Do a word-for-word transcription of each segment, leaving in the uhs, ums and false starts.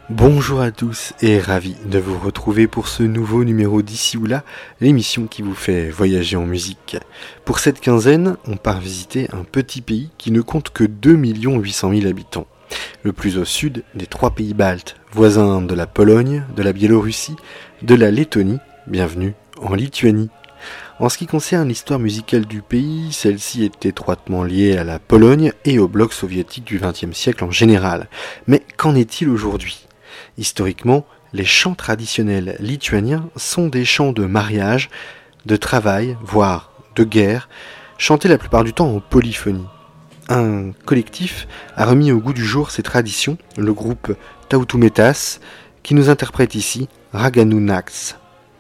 Bonjour à tous et ravi de vous retrouver pour ce nouveau numéro d'Ici ou Là, l'émission qui vous fait voyager en musique. Pour cette quinzaine, on part visiter un petit pays qui ne compte que deux millions huit cent mille habitants. Le plus au sud des trois pays baltes, voisins de la Pologne, de la Biélorussie, de la Lettonie. Bienvenue en Lituanie. En ce qui concerne l'histoire musicale du pays, celle-ci est étroitement liée à la Pologne et au bloc soviétique du vingtième siècle en général. Mais qu'en est-il aujourd'hui ? Historiquement, les chants traditionnels lituaniens sont des chants de mariage, de travail, voire de guerre, chantés la plupart du temps en polyphonie. Un collectif a remis au goût du jour ces traditions, le groupe Tautumetas, qui nous interprète ici Raganu Nakts.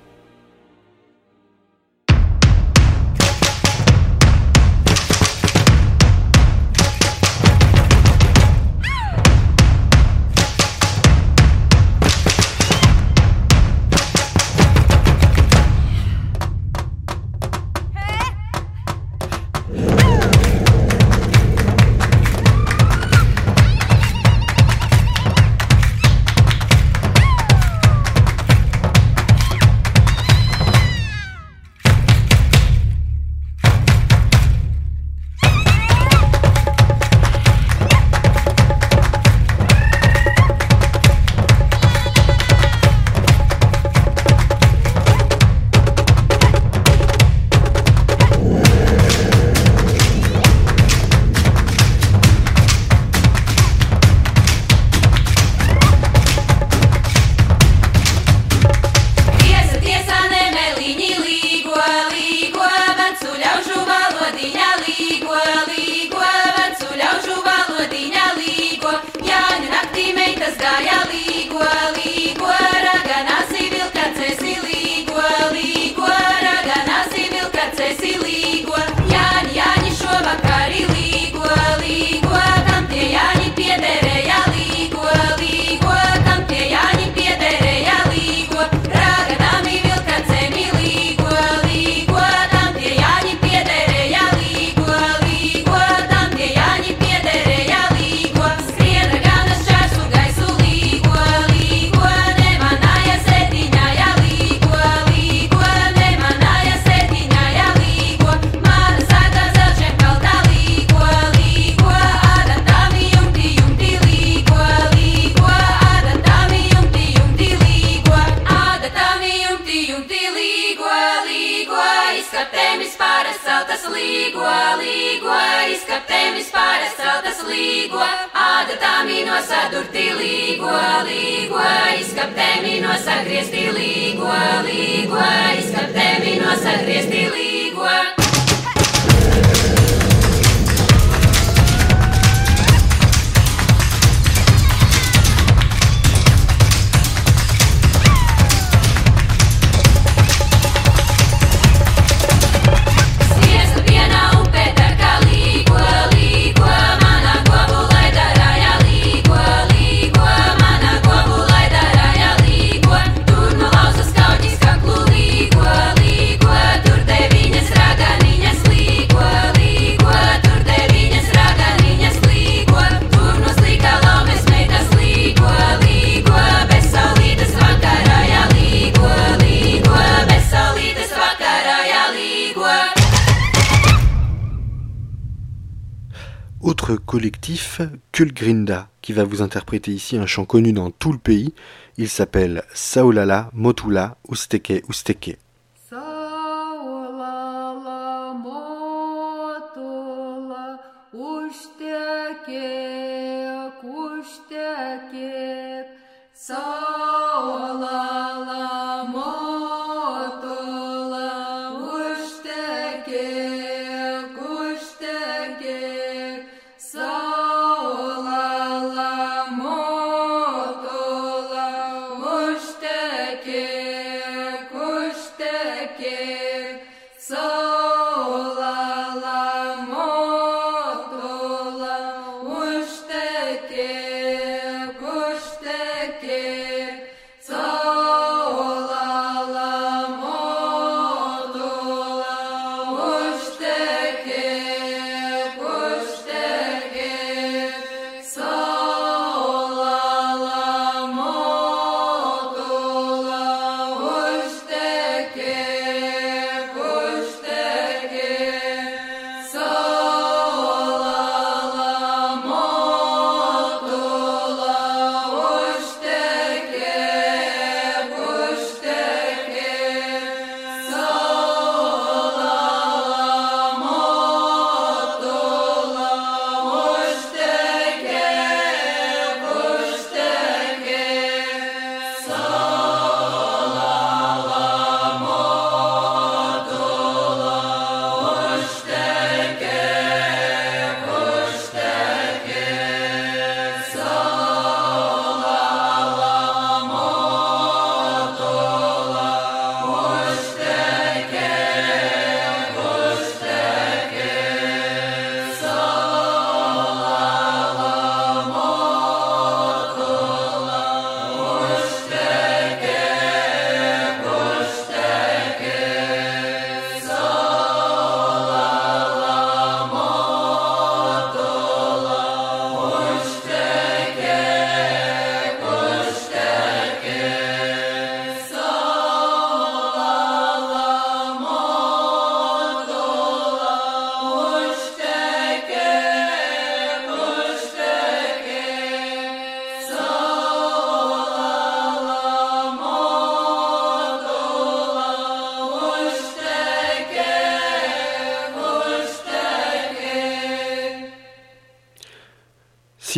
Autre collectif, Kulgrinda, qui va vous interpréter ici un chant connu dans tout le pays. Il s'appelle Saolala Motula Usteke Usteke. Saolala Motula Usteke Usteke Saolala Motula Usteke Usteke Saolala Motula Usteke Usteke Saolala Motula Usteke Usteke Saolala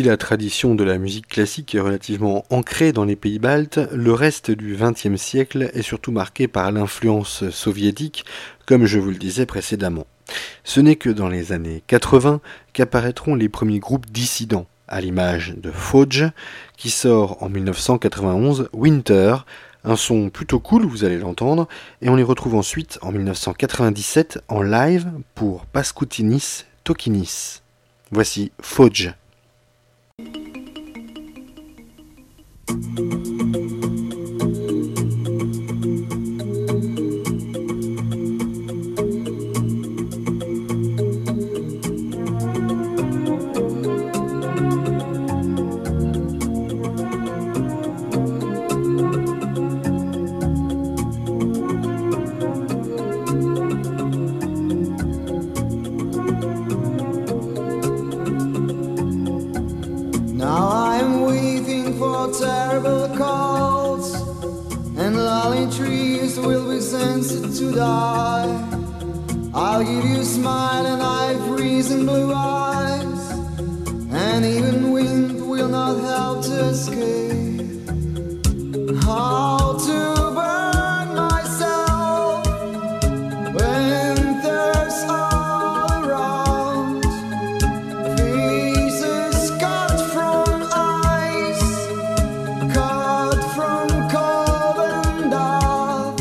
Si la tradition de la musique classique est relativement ancrée dans les pays baltes, le reste du vingtième siècle est surtout marqué par l'influence soviétique, comme je vous le disais précédemment. Ce n'est que dans les années quatre-vingts qu'apparaîtront les premiers groupes dissidents, à l'image de Fauj, qui sort en dix-neuf cent quatre-vingt-onze Winter, un son plutôt cool, vous allez l'entendre, et on les retrouve ensuite en dix-neuf cent quatre-vingt-dix-sept en live pour Paskutinis Tokinis. Voici Fauj. To die, I'll give you a smile and I've reason blue eyes, and even wind will not help to escape. How to burn myself when there's all around, pieces cut from ice, cut from cold and dark.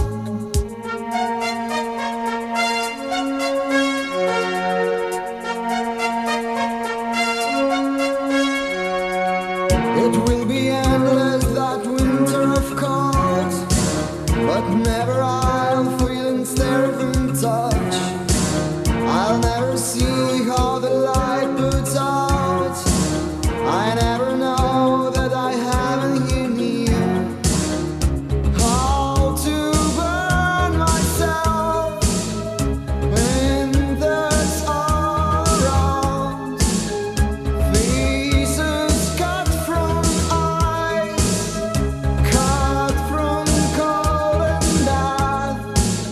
It will be endless, that winter of cold, but never I'll feel and stare and touch. I'll never see how the light puts out. I never know that I haven't here near. How to burn myself when there's all around, pieces cut from ice, cut from cold and death.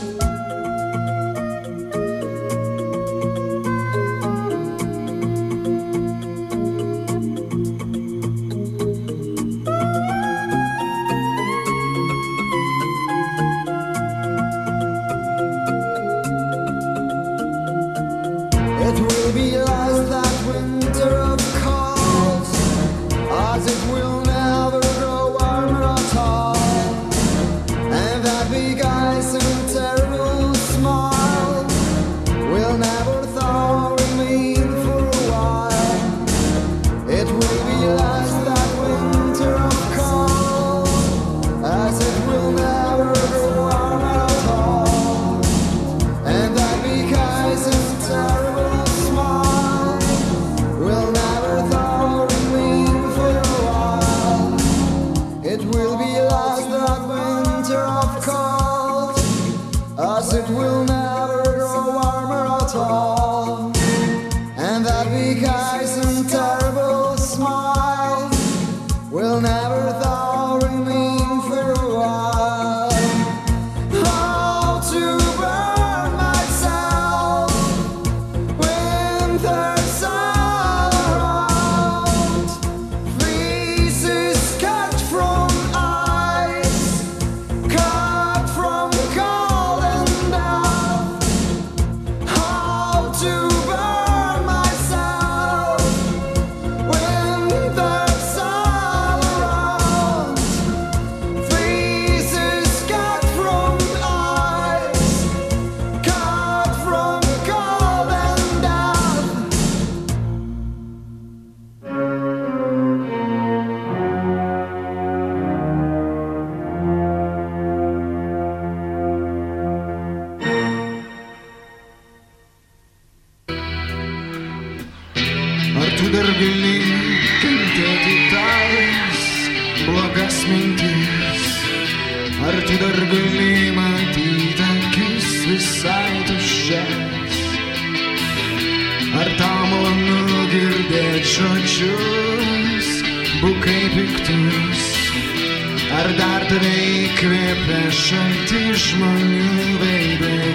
It will be like that winter of cold, as it will never grow warmer at all. And that big eyes and terrible smile will never thaw remain for a while. It will be like that winter of cold, as it will never grow warmer at all. And that big eyes and terrible smile will never thaw remain for a while. It will be like that winter of cold, as it will never grow warmer at all. And that big eyes and terrible smile will never thaw remain for a while. How to burn myself when there's all around, pieces cut from ice, cut from cold and death. How to burn myself when there's all around, pieces cut from ice, cut from cold and death. Ar tu dar gali kentėti tais blogas mintis? Ar tu dar gali matyti akis visai tuščias? Ar tau malonu girdėti žodžius, bukai piktus? Ar dar tave įkvėpia šalti žmonių veidai?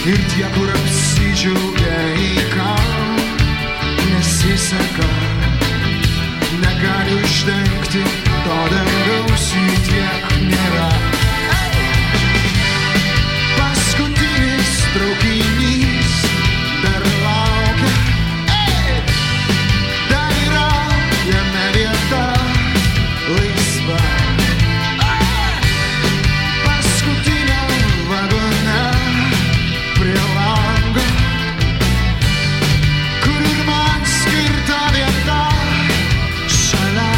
ir tie, kur apsidžiaugia į ką nesiseka, negali uždengti to dangaus, jų tiek nėra. Paskutinis traukinys dar laukia, dar yra jame vieta laisva. Paskutiniam vagone prie lango, kur ir man skirta vieta šalia.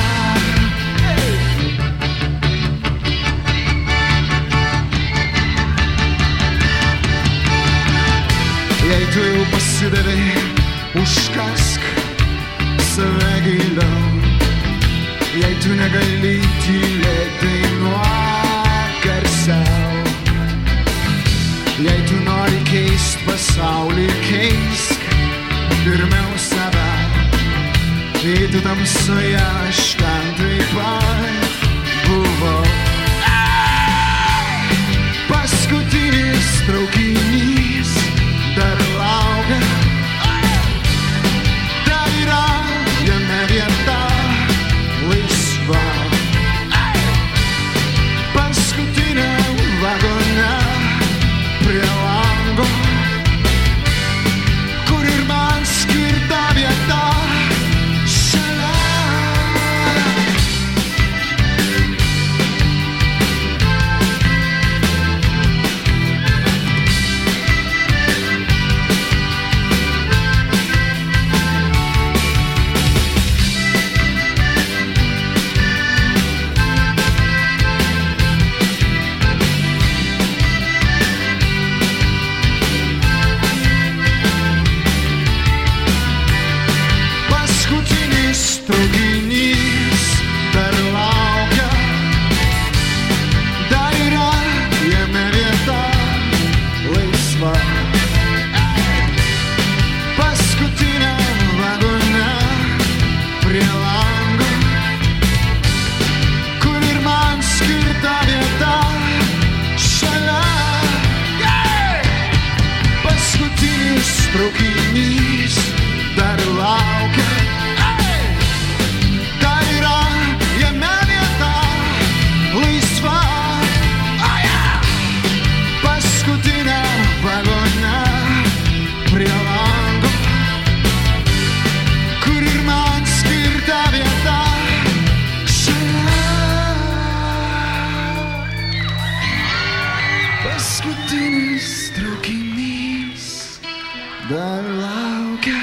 Jei tu jau pasidavei, užkask save giliau. Jei tu negali tylėt, dainuok garsiau. Jei tu nori keist pasaulį, keisk pirmiau save. Jei tu tamsoje, aš ten taip pat buvau. Paskutinis traukinys dar laukia, dar yra jame vieta laisva. Paskutiniam vagone prie lango, kur ir man skirta vieta šalia. Paskutinis traukinys dar laukia, dar yra jame vieta laisva. Paskutiniam vagone prie lango, kur ir man skirta vieta šalia. Paskutinis traukinys dar laukia, dar yra jame vieta laisva. Paskutiniam vagone prie lango, kur ir man skirta vieta šalia. Paskutinis traukinys dar laukia.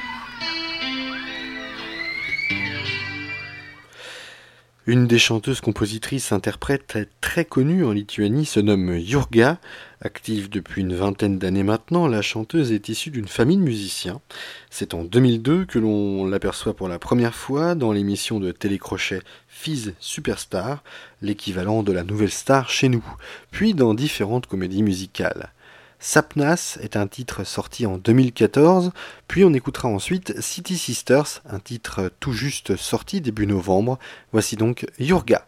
Une des chanteuses, compositrices, interprètes très connues en Lituanie se nomme Jurga. Active depuis une vingtaine d'années maintenant, la chanteuse est issue d'une famille de musiciens. C'est en deux mille deux que l'on l'aperçoit pour la première fois dans l'émission de télécrochet Fizz Superstar, l'équivalent de la Nouvelle Star chez nous, puis dans différentes comédies musicales. Sapnas est un titre sorti en deux mille quatorze, puis on écoutera ensuite City Sisters, un titre tout juste sorti début novembre. Voici donc Jurga.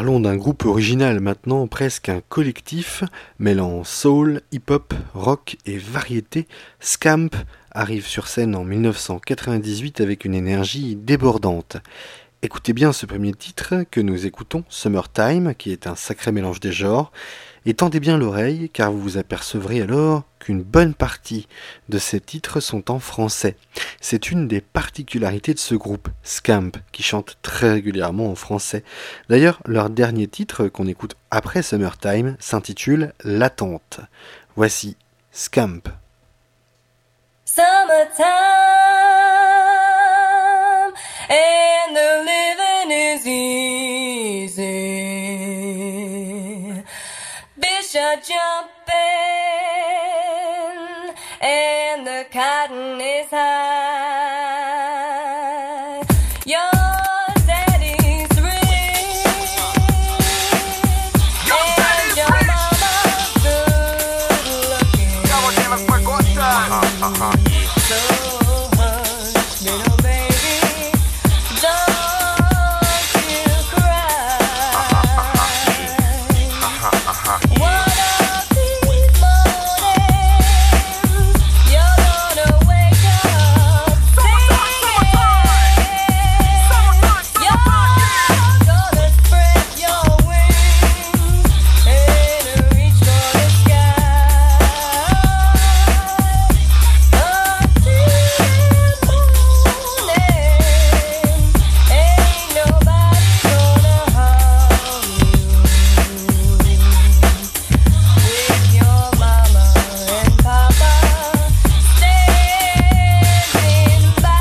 Parlons d'un groupe original maintenant, presque un collectif, mêlant soul, hip-hop, rock et variété. Scamp arrive sur scène en dix-neuf cent quatre-vingt-dix-huit avec une énergie débordante. Écoutez bien ce premier titre que nous écoutons, Summertime, qui est un sacré mélange des genres, et tendez bien l'oreille car vous vous apercevrez alors qu'une bonne partie de ces titres sont en français. C'est une des particularités de ce groupe, Scamp, qui chante très régulièrement en français. D'ailleurs, leur dernier titre qu'on écoute après Summertime s'intitule L'attente. Voici Scamp. Summertime and the living is easy. Fish are jumping and the cotton is high. Your daddy's rich and your mama's good looking. So hush, little baby, don't you cry. One of these mornings, you're gonna wake up singing. You're gonna spread your wings and reach for the sky. Until morning, ain't nobody gonna harm you. With your mama and papa standing by.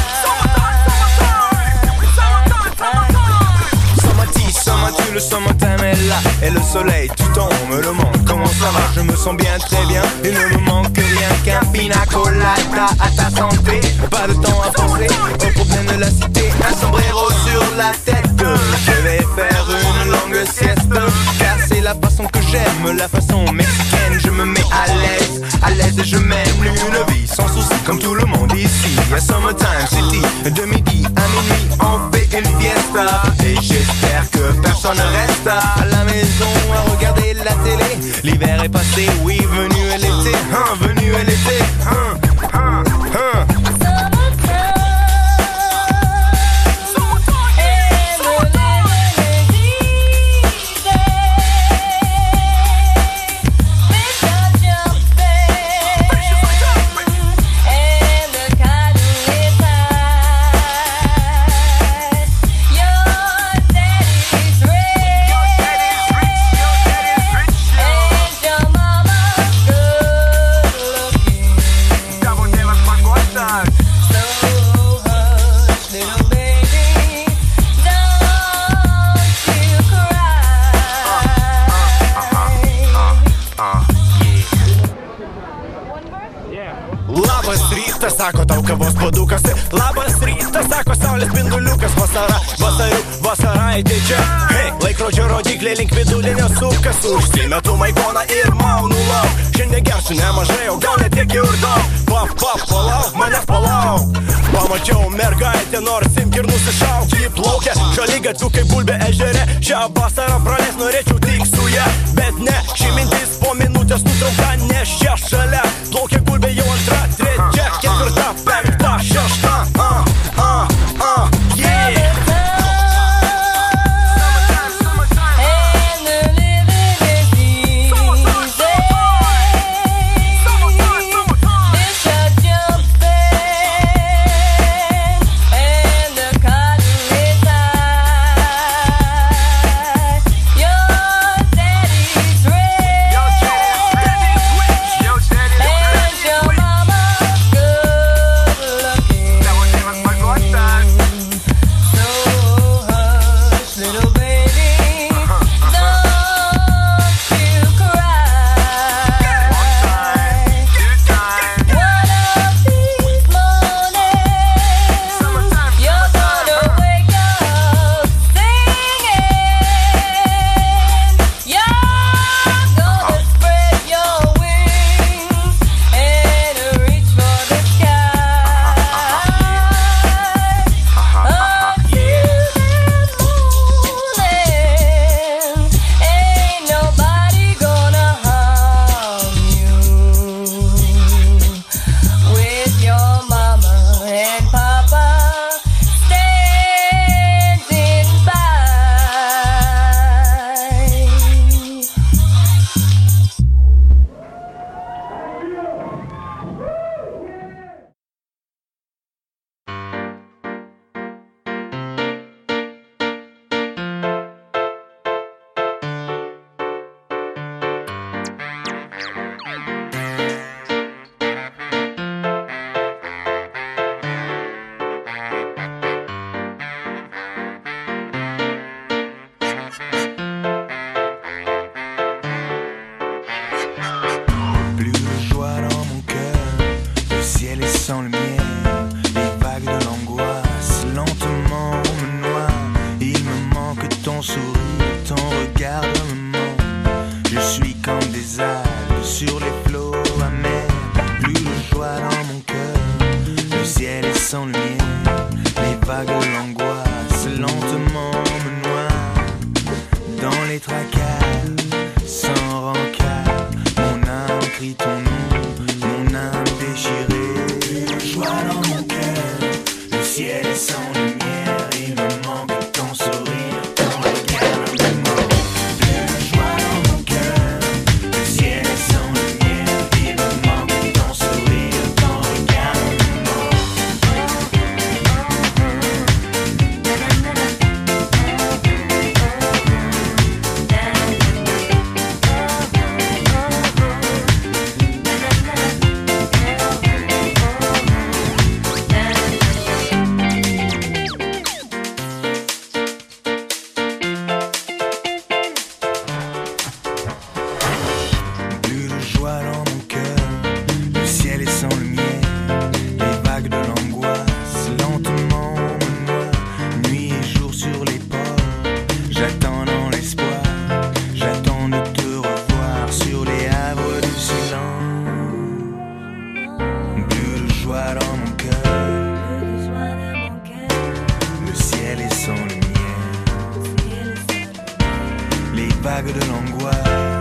Summertime, summertime, le summertime est là. Et le soleil tout tombe, le monde comment ça va? Je me sens bien, très bien. Il ne me manque rien qu'un pina colada à ta santé. Pas de temps à penser au problème de la cité. Un sombrero sur la tête. Je vais faire une longue sieste. Car c'est la façon que j'aime, la façon mexicaine. Je me mets à l'aise, à l'aise et je mène une vie sans souci comme tout le monde ici. À Summertime City, de midi à minuit, on fait une fiesta. Et j'espère que personne ne reste à la maison à regarder la télé. L'hiver est passé, oui, venu est l'été, hein, venu est l'été, hein, hein, hein. Labas rytas, sako tau kavos padukas. Labas rytas, sako saulės spinduliukas. Vasara, vasarių, vasaraitė čia. Hei, laikrodžio rodiklė link vidulinio sukas. Užsimetu maikoną ir maunu lauk. Šiandien gersiu nemažai, o gal ne tiek jau ir daug. Pap, pap, palauk, manęs palauk. Pamačiau mergaitę, nors imk ir nusišauk. Ji plaukia, šaligatvių kaip bulbė ežere. Šią vasarą praleis norėčiau tik su ja. Bet ne, ši mintis po minutės nutraukta, nes čia šalia plaukia gulbė jau antra, trečia, ketvirta, penkta, šešta. Uh, uh, uh, yeah. And calmement. Je suis comme des algues sur les flots amers. Plus de joie dans mon cœur, le ciel est sans lumière. Les vagues de l'angoisse lentement me noient dans les tracas, sans rancard. Mon âme crie ton nom, mon âme déchirée. Plus de joie dans mon cœur, le ciel est sans lumière. Il me manque ton sourire, ton regard me mord. Plus de joie dans mon cœur, le ciel est sans lumière. Il me manque ton sourire, ton regard me mord. Plus de joie dans mon cœur, le ciel est sans lumière. Les vagues de l'angoisse lentement me noient. Nuit et jour sur les ports, j'attends dans l'espoir. J'attends de te revoir sur les havres du silence. Plus de joie dans mon cœur, le ciel est sans lumière. Les vagues de l'angoisse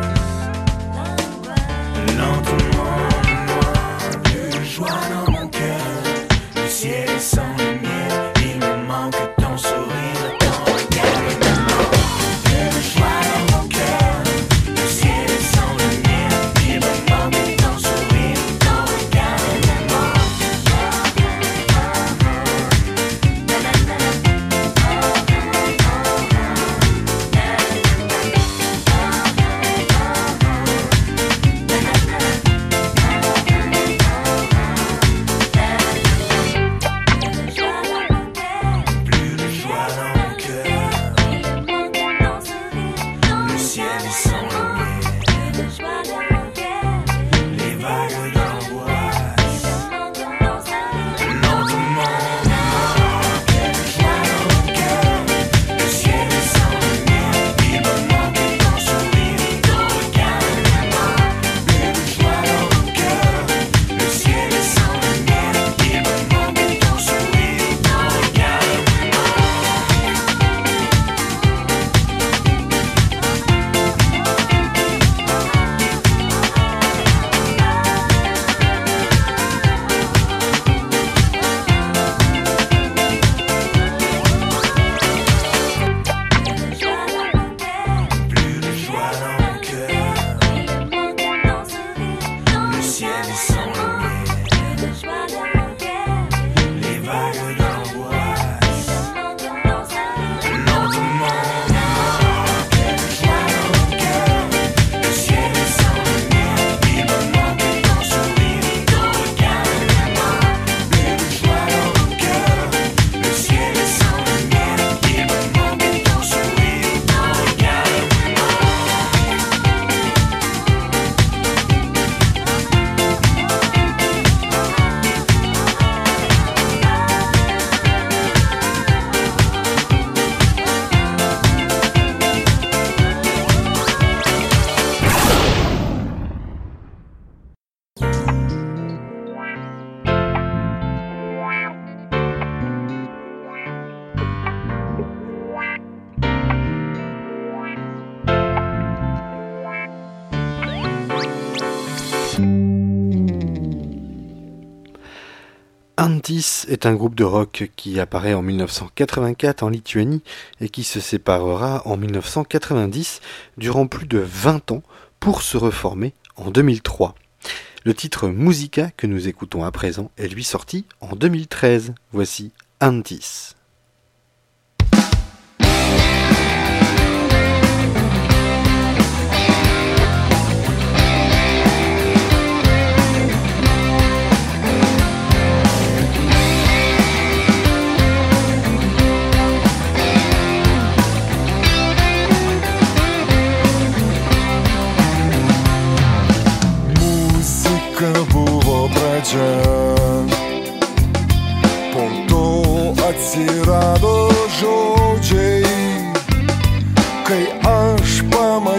lentement me noient. Plus de joie dans mon cœur, le ciel est sans lumière. Il me manque ton sourire, ton regard me mord. Plus de joie dans mon cœur, le ciel est sans lumière. Il me manque ton sourire, ton regard me mord. Plus de joie dans mon cœur, le ciel est sans lumière. Les vagues d'angoisse lentement me noient. Plus de joie dans mon cœur, le ciel est sans lumière. Il me manque ton sourire, ton regard me mord. Plus de joie dans mon cœur, le ciel est sans lumière. Il me manque ton sourire, ton regard me mord. Plus de joie dans mon cœur, le ciel est sans lumière. Les vagues d'angoisse lentement me noient. Plus de joie dans mon cœur, le ciel est sans lumière. Il me manque ton sourire, ton regard me mord. Plus de joie dans mon cœur, le ciel est sans lumière. Il me manque ton sourire, ton regard me mord. Antis est un groupe de rock qui apparaît en mille neuf cent quatre-vingt-quatre en Lituanie et qui se séparera en mille neuf cent quatre-vingt-dix durant plus de vingt ans pour se reformer en deux mille trois. Le titre Musica que nous écoutons à présent est lui sorti en deux mille treize. Voici Antis. Buvo pradžia, po to atsirado žodžiai, kai aš pamačiau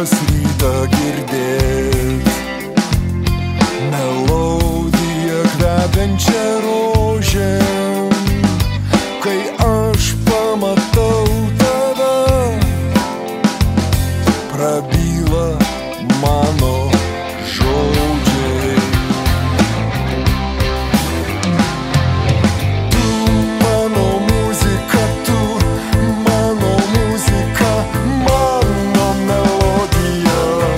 kas rytą girdėt melodiją kvepiančią rožėm, kai aš pamatau tave, prabyla mano žodžiai. Tu mano muzika, tu mano muzika, mano melodija.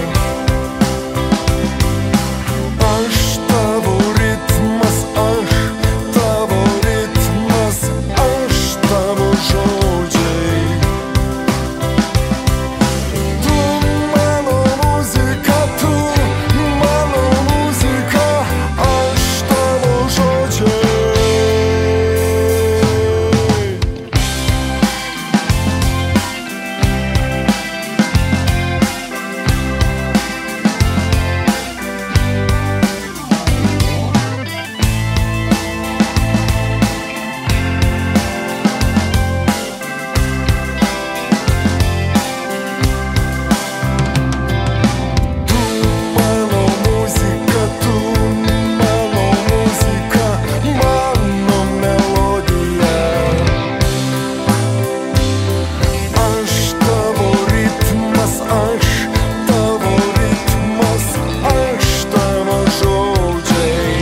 Aš tavo ritmas, aš tavo ritmas, aš tavo žodžiai. Tu mano muzika, tu mano muzika, aš tavo žodžiai. Tu mano muzika, tu mano muzika, mano melodija. Aš tavo ritmas, aš tavo ritmas, aš tavo žodžiai.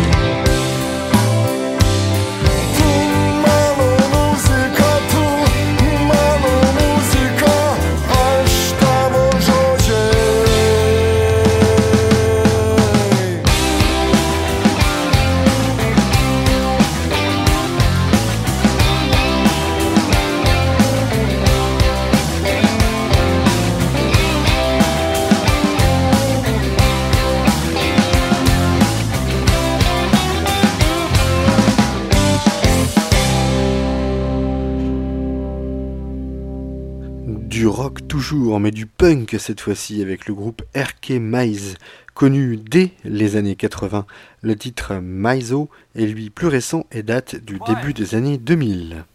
Tu mano muzika, tu mano muzika, aš tavo žodžiai. Du rock toujours, mais du punk cette fois-ci avec le groupe R K Maize, connu dès les années quatre-vingts. Le titre Maizo est lui plus récent et date du début des années deux mille.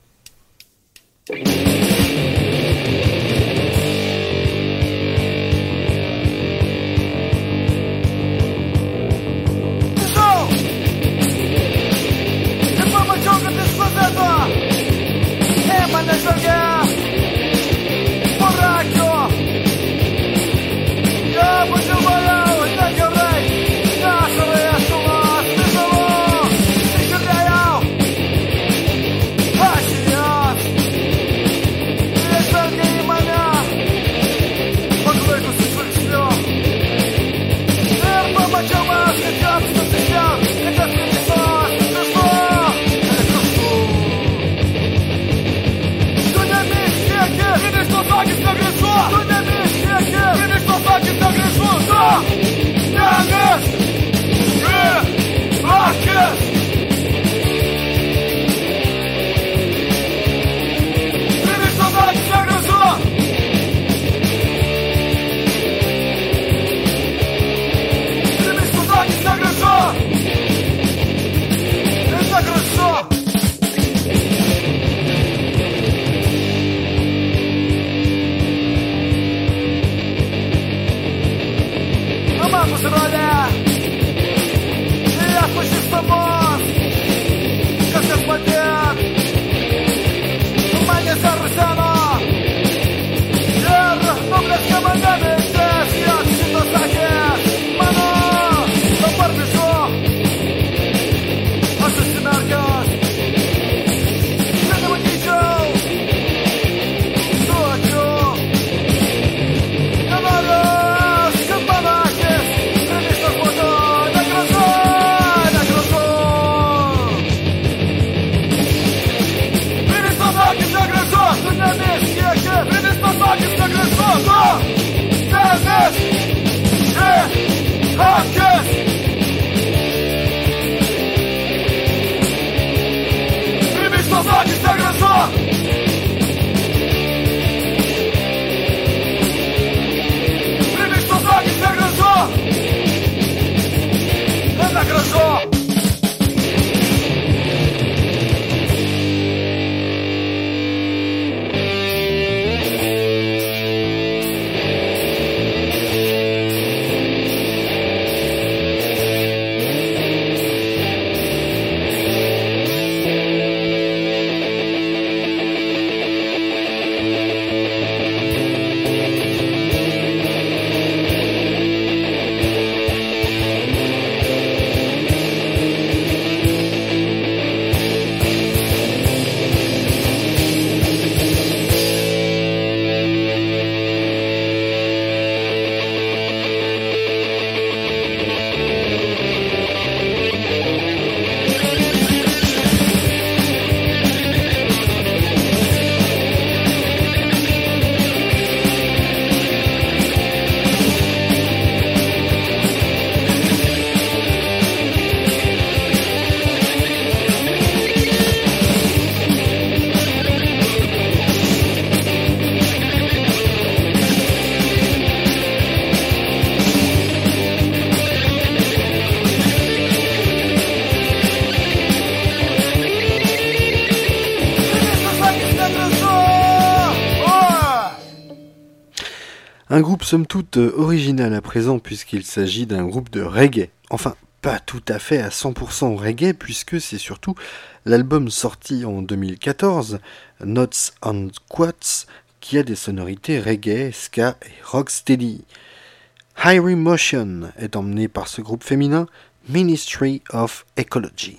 Un groupe somme toute original à présent puisqu'il s'agit d'un groupe de reggae. Enfin, pas tout à fait à cent pour cent reggae puisque c'est surtout l'album sorti en deux mille quatorze, Notes and Quats, qui a des sonorités reggae, ska et rocksteady. High Motion est emmené par ce groupe féminin, Ministry of Ecology.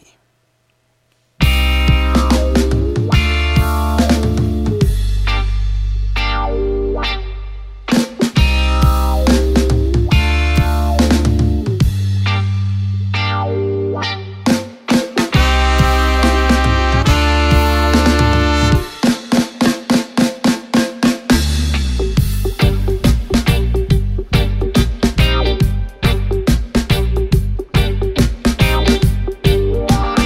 Thank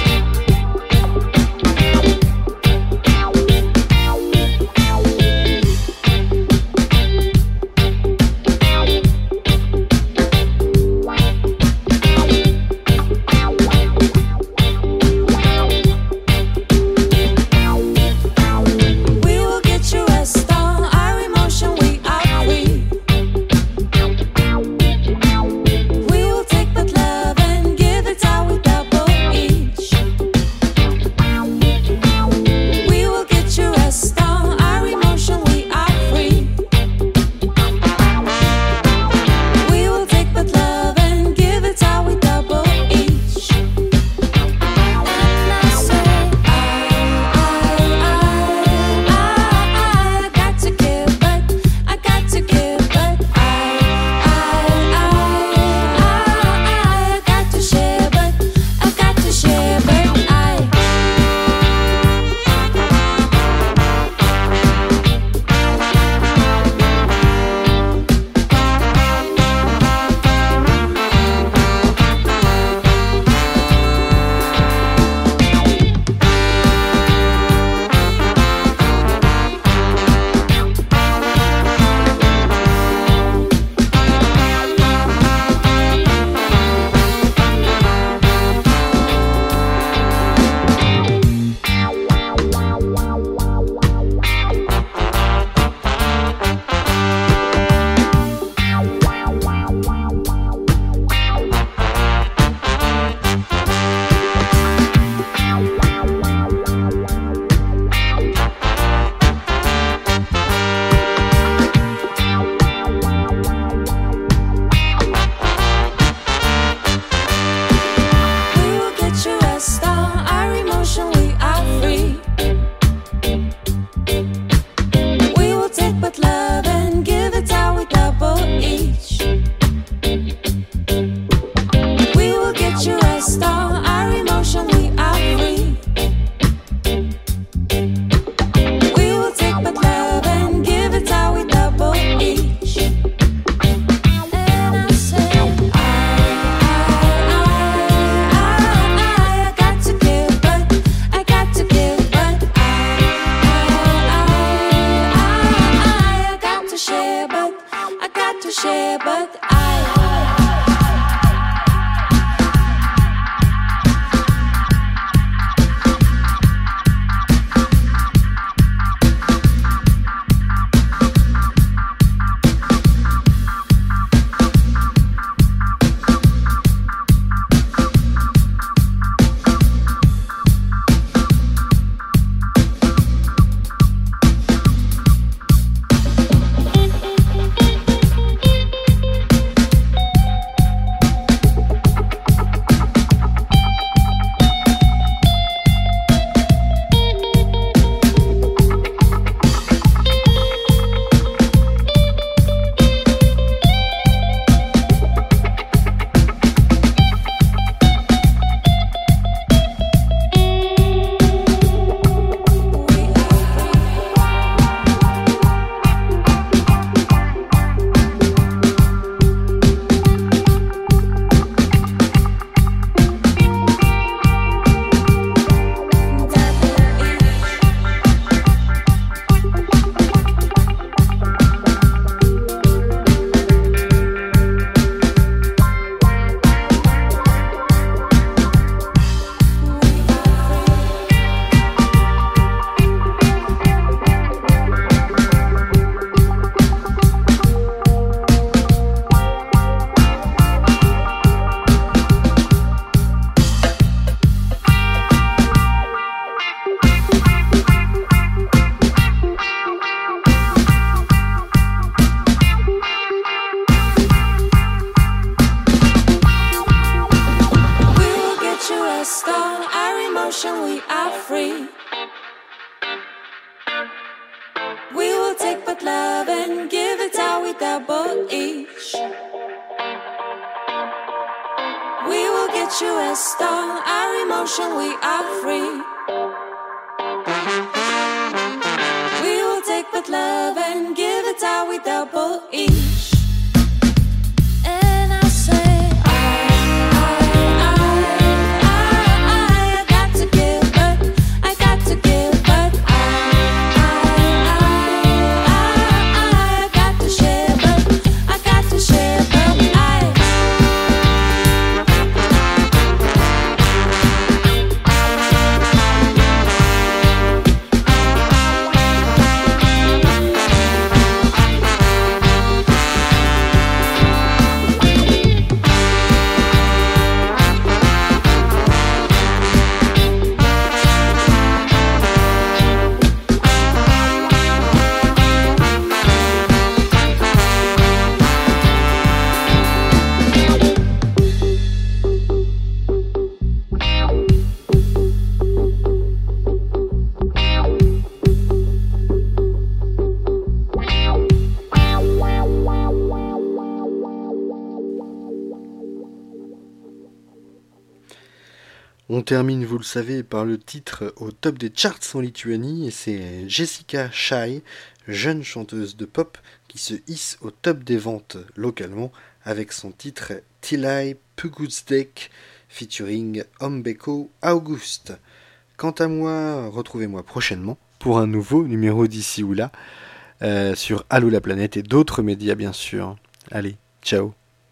stall our emotion, we are free. We will take but love and give it out with double each. We will get you a stall our emotion, we are free. We will take but love and give it out with double each. And I say, I, I, I, I, I got to give, but I got to give, but I, I, I, I, I got to share, but I got to share, but I. On termine, vous le savez, par le titre au top des charts en Lituanie, et c'est Jessica Shai, jeune chanteuse de pop, qui se hisse au top des ventes localement avec son titre Tilai Pugusdek featuring Ombeko August. Quant à moi, retrouvez-moi prochainement pour un nouveau numéro d'ici ou là euh, sur Allô la planète et d'autres médias bien sûr. Allez, ciao.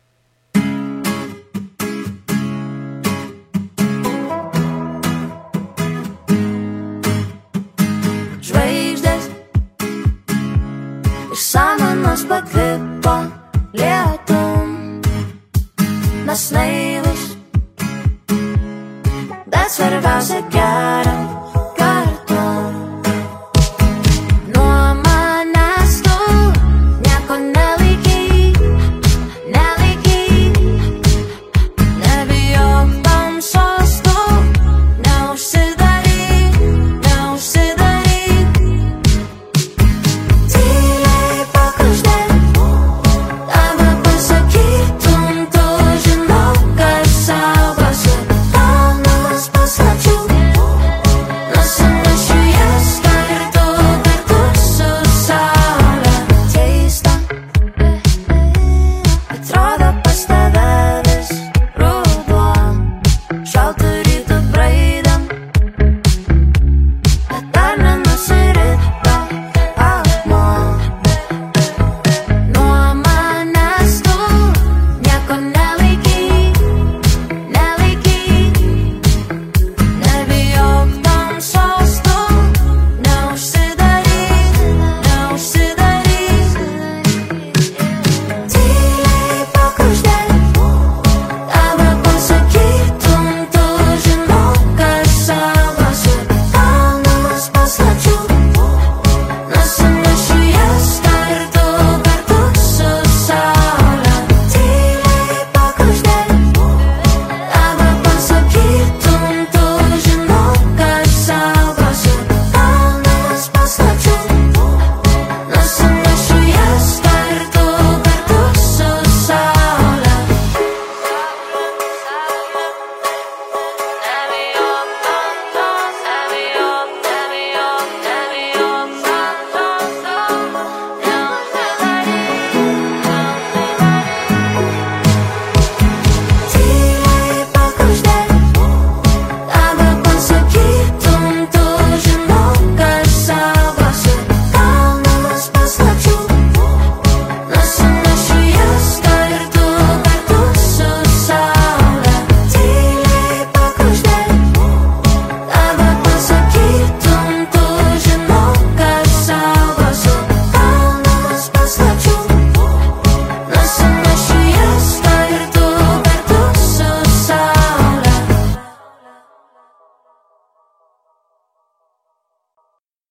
Žvaigždės iš samanos pakvipo lietum. Mes naivus, bet svarbiausia gera.